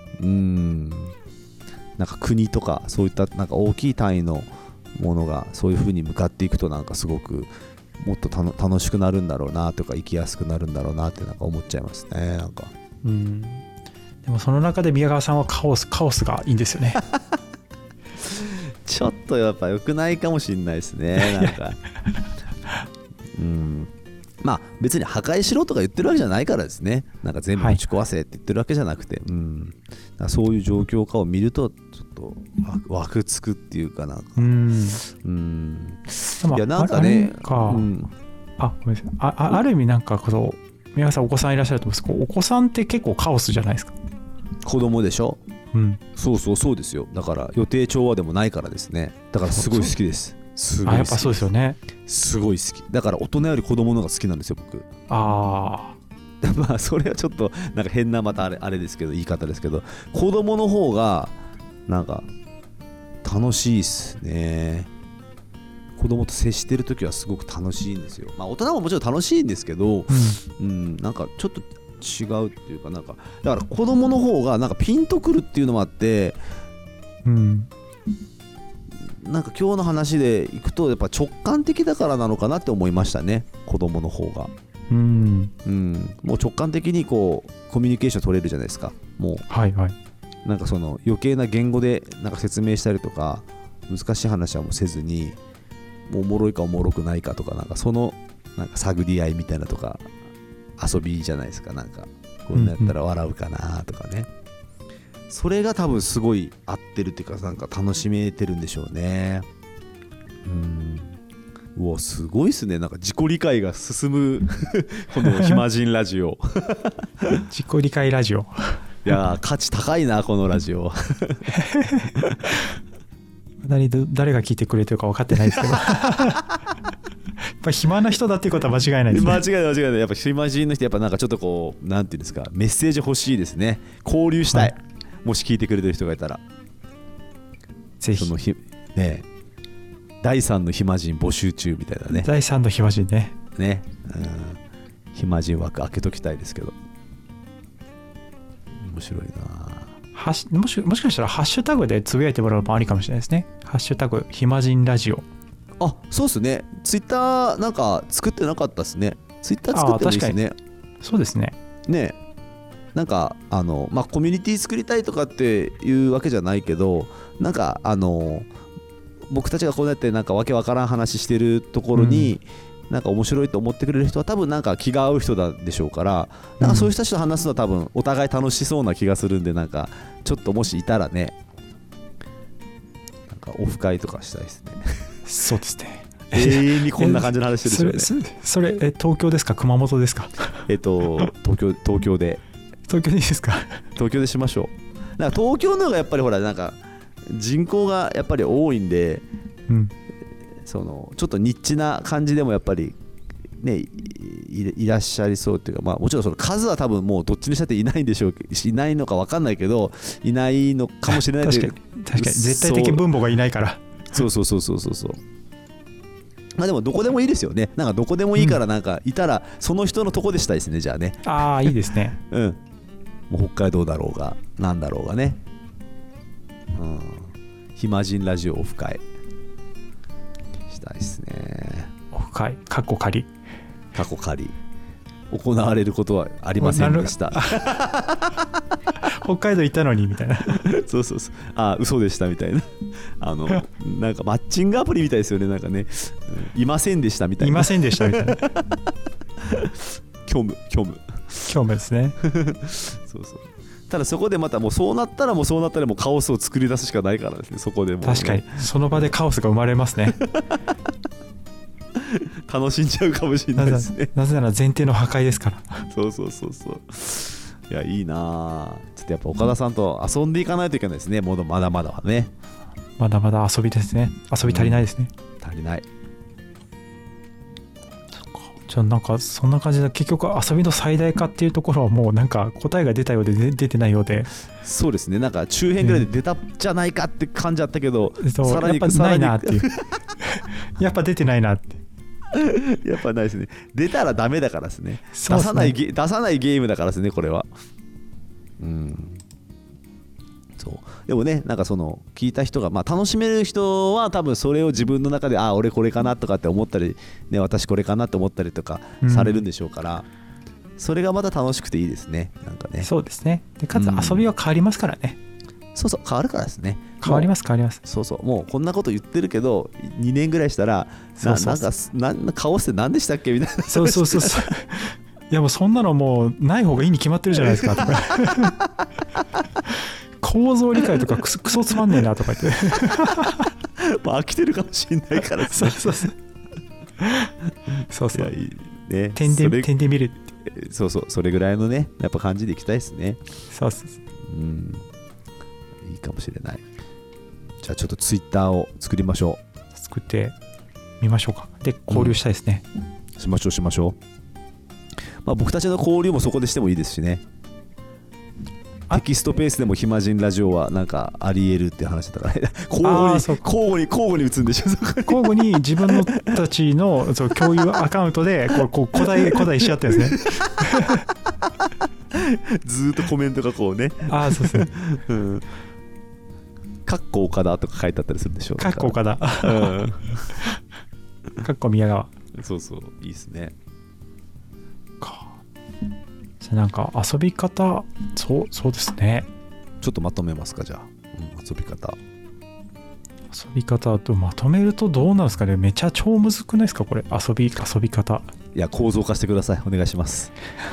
なんか国とかそういったなんか大きい単位のものがそういう風に向かっていくと、なんかすごくもっと楽しくなるんだろうなとか、生きやすくなるんだろうなってなんか思っちゃいますね。なんかでもその中で宮川さんはカオスがいいんですよね。 ちょっとやっぱ良くないかもしれないですね。なんか別に破壊しろとか言ってるわけじゃないからですね。なんか全部打ち壊せって言ってるわけじゃなくて、そういう状況下を見るとちょっとワクつくっていうか、なんかいやなんかね、 ごめんなさい。ある意味なんか宮川さんお子さんいらっしゃると思うんですけど、お子さんって結構カオスじゃないですか。 子供でしょ。そうですよ。だから予定調和でもないからですね。だからすごい好きです。 やっぱそうですよね。 すごい好きだから、大人より子供の方が好きなんですよ、僕。それはちょっとなんか変なまたあれですけど、言い方ですけど、子供の方がなんか楽しいっすね。子供と接してる時はすごく楽しいんですよ。大人ももちろん楽しいんですけど、なんかちょっと違うっていうか、なんかだから子供の方がなんかピンとくるっていうのもあって、なんか今日の話でいくとやっぱ直感的だからなのかなって思いましたね、子供の方が。もう直感的にこうコミュニケーション取れるじゃないですか。もうなんかその余計な言語でなんか説明したりとか、難しい話はもうせずに、もうおもろいかおもろくないかとか、なんかそのなんか探り合いみたいなとか、遊びじゃないですか。なんかこんなやったら笑うかなとかね、それが多分すごい合ってるっていうか、なんか楽しめてるんでしょうね。うわすごいっすね。なんか自己理解が進むこの暇人ラジオ。 自己理解ラジオ。 いや価値高いなこのラジオ。 誰が聞いてくれてるか分かってないですけど。やっぱ暇な人だっていうことは間違いないですね。 間違いない。やっぱ暇人の人やっぱなんかちょっとこうなんていうんですか、メッセージ欲しいですね。交流したい。もし聞いてくれてる人がいたらぜひね、第3の暇人募集中みたいなね。 第3の暇人ね。 暇人枠開けときたいですけど、面白いな。 もしかしたらハッシュタグでつぶやいてもらうのもありかもしれないですね。ハッシュタグ暇人ラジオ。 そうっすね。ツイッターなんか作ってなかったっすね。ツイッター作ってもいいですね。 そうですね。 ね、なんかコミュニティ作りたいとかっていうわけじゃないけど、なんか僕たちがこうやってなんかわけわからん話してるところに、なんか面白いと思ってくれる人は多分なんか気が合う人なんでしょうから、なんかそういう人たちと話すのは多分お互い楽しそうな気がするんで、なんかちょっともしいたらね、なんかオフ会とかしたいですね。 そうですね。 永遠にこんな感じの話してるんですよね。 それ東京ですか熊本ですか？ 東京で。 東京でいいですか？ 東京でしましょう。なんか東京の方がやっぱりほらなんか人口がやっぱり多いんで、そのちょっとニッチな感じでもやっぱりね いらっしゃりそうっていうか、まあもちろんその数は多分もうどっちにしたっていないんでしょう、いないのか分かんないけど、いないのかもしれないけど確かに絶対的分母がいないから。 そう。まあでもどこでもいいですよね。なんかどこでもいいから、なんかいたらその人のとこでしたいですね。じゃあね。 ああいいですね。 もう北海道だろうがなんだろうがね。暇人ラジオオフ会したいですね。 オフ会過去仮行われることはありませんでした。 北海道行ったのにみたいな。 そう嘘でしたみたいな。なんかマッチングアプリみたいですよね。なんかね、いませんでしたみたいな。 虚無ですね。 そうただそこでまたもうそうなったらもうカオスを作り出すしかないからですね。そこでもう、ね、 確かにその場でカオスが生まれますね。 楽しんじゃうかもしれないですね。 なぜなら前提の破壊ですから。 そういやいいな。ちょっとやっぱ岡田さんと遊んでいかないといけないですね。まだまだはね。 まだまだ遊びですね。遊び足りないですね。 足りない。 じゃあなんかそんな感じで結局遊びの最大化っていうところはもうなんか答えが出たようで出てないようで。 そうですね。なんか中編ぐらいで出たじゃないかって感じあったけど、 さらにやっぱないなっていう。やっぱ出てないなって。 やっぱないですね。出たらダメだからですね。出さないゲームだからですね、これは。そうでもね、なんかその聞いた人が、まあ楽しめる人は多分それを自分の中で俺これかなとかって思ったり、ね、私これかなって思ったりとかされるんでしょうから、それがまた楽しくていいですね。なんかね。 そうですね。でかつ遊びは変わりますからね。 変わるからですね。 変わります。 もうこんなこと言ってるけど2年ぐらいしたらなんか顔して何でしたっけみたいな。 そういやもうそんなのもうない方がいいに決まってるじゃないですかとか。構造理解とかクソつまんねえなとか言って。 飽きてるかもしれないから。 そういいね。 点で見る。 それぐらいのねやっぱ感じでいきたいですね。いいかもしれない。じゃあちょっとツイッターを作りましょう。 作ってみましょうか。で交流したいですね。 しましょう。まあ僕たちの交流もそこでしてもいいですしね。テキストペースでも暇人ラジオはなんかあり得るって話だからね。交互に打つんでしょ。 交互に自分のたちの共有アカウントでこう古代し合ってるんですね。 ずっとコメントがこうね。 そうですね。 かっこ岡田とか書いてあったりするでしょ。 かっこ岡田。かっこ宮川。 そういいですね。 じゃあなんか遊び方そうですね。 ちょっとまとめますかじゃあ。遊び方とまとめるとどうなんですかね。めちゃ超むずくないですかこれ遊び方。 いや構造化してください。お願いします。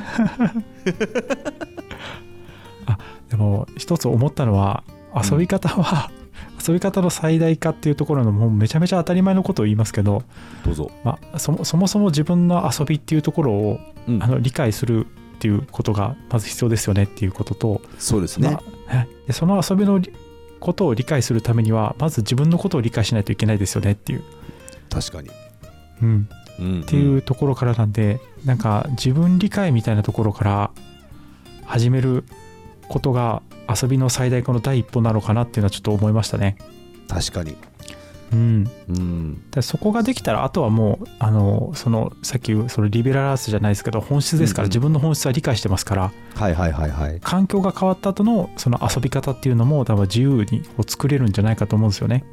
でも一つ思ったのは遊び方の最大化っていうところのもうめちゃめちゃ当たり前のことを言いますけど、 どうぞ。 そもそも自分の遊びっていうところを、理解するっていうことがまず必要ですよねっていうことと、 そうですね。 でその遊びのことを理解するためにはまず自分のことを理解しないといけないですよねっていう。 確かに。 っていうところからなんで、なんか自分理解みたいなところから始めることが遊びの最大化の第一歩なのかなっていうのはちょっと思いましたね。 確かに。 でそこができたらあとはもうさっきそのリベラルアーツじゃないですけど本質ですから、自分の本質は理解してますから、環境が変わった後のその遊び方っていうのも多分自由に作れるんじゃないかと思うんですよね。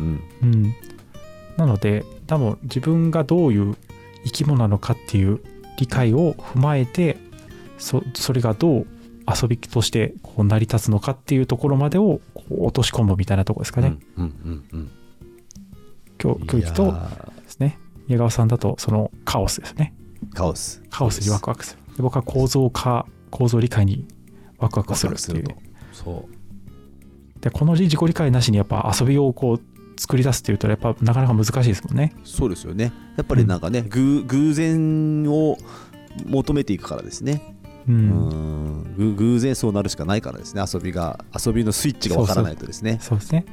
なので多分自分がどういう生き物なのかっていう理解を踏まえてそれがどう遊びとしてこう成り立つのかっていうところまでをこう落とし込むみたいなところですかね。教育とですね、宮川さんだとそのカオスですね。カオスにワクワクする。で僕は構造理解にワクワクするっていう。そうでこの自己理解なしにやっぱ遊びをこう作り出すっていうとやっぱなかなか難しいですもんね。 そうですよね。やっぱりなんかね、偶然を求めていくからですね。偶然そうなるしかないからですね。遊びのスイッチがわからないとですね。 そうですね。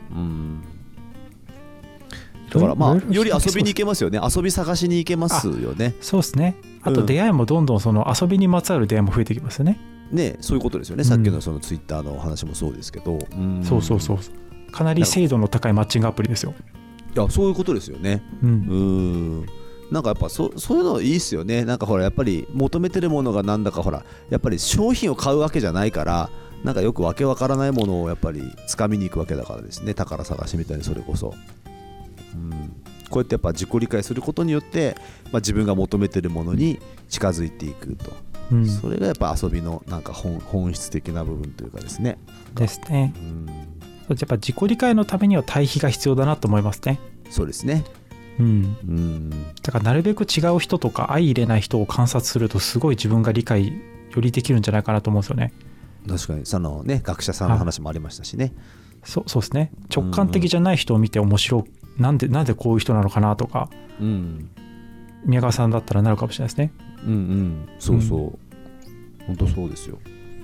だからまあより遊びに行けますよね。遊び探しに行けますよね。 そうですね。あと出会いもどんどんその遊びにまつわる出会いも増えてきますよね。 ね、そういうことですよね。さっきのそのツイッターの話もそうですけど、 そうかなり精度の高いマッチングアプリですよ。 いやそういうことですよね。なんかやっぱそういうのいいっすよね。なんかほらやっぱり求めてるものがなんだかほらやっぱり商品を買うわけじゃないから、なんかよくわけわからないものをやっぱり掴みに行くわけだからですね。宝探しみたいにそれこそ、こうやってやっぱ自己理解することによって、自分が求めてるものに近づいていくと、それがやっぱ遊びのなんか本質的な部分というかですね。 ですね。やっぱ自己理解のためには対比が必要だなと思いますね。 そうですね。 だからなるべく違う人とか相入れない人を観察するとすごい自分が理解よりできるんじゃないかなと思うんですよね。 確かにそのね学者さんの話もありましたしね。 そうですね。直感的じゃない人を見て面白い、なんでこういう人なのかなとか、宮川さんだったらなるかもしれないですね。そう本当そうですよ。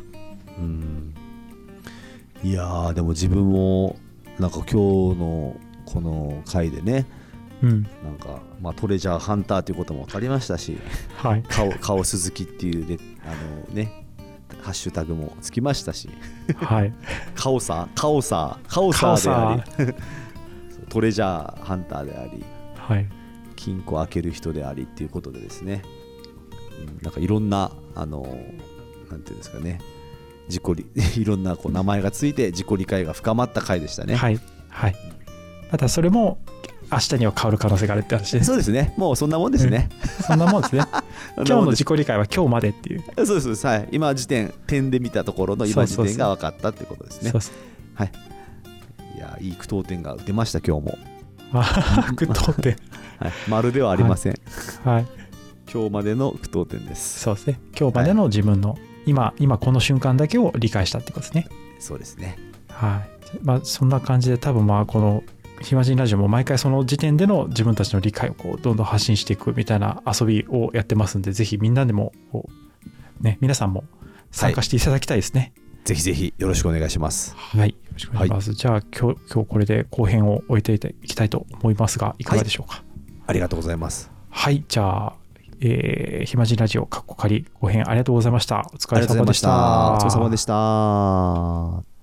いやーでも自分もなんか今日のこの回でね、なんかトレジャーハンターということも分かりましたし、カオス好きっていうハッシュタグもつきましたし、カオサーでありトレジャーハンターであり、金庫開ける人でありっていうことでですね、なんかいろんななんていうんですかね、いろんなこう名前がついて自己理解が深まった回でしたね。 またそれも明日には変わる可能性があるって話です。 そうですね。もうそんなもんですね。 そんなもんですね。今日の自己理解は今日までっていう。 そうです。今点で見たところの今時点が分かったってことですね。いやいい句読点が出ました今日も。 句読点。 丸ではありません。今日までの句読点です。 そうですね。今日までの自分の今この瞬間だけを理解したってことですね。 そうですね。 そんな感じで多分この暇人ラジオも毎回その時点での自分たちの理解をこうどんどん発信していくみたいな遊びをやってますんで、ぜひみんなでも皆さんも参加していただきたいですね。 ぜひぜひよろしくお願いします。 よろしくお願いします。じゃあ今日これで後編を終えていきたいと思いますが、いかがでしょうか。 ありがとうございます。 じゃあ暇人ラジオ後編ありがとうございました。お疲れ様でした。 お疲れ様でした。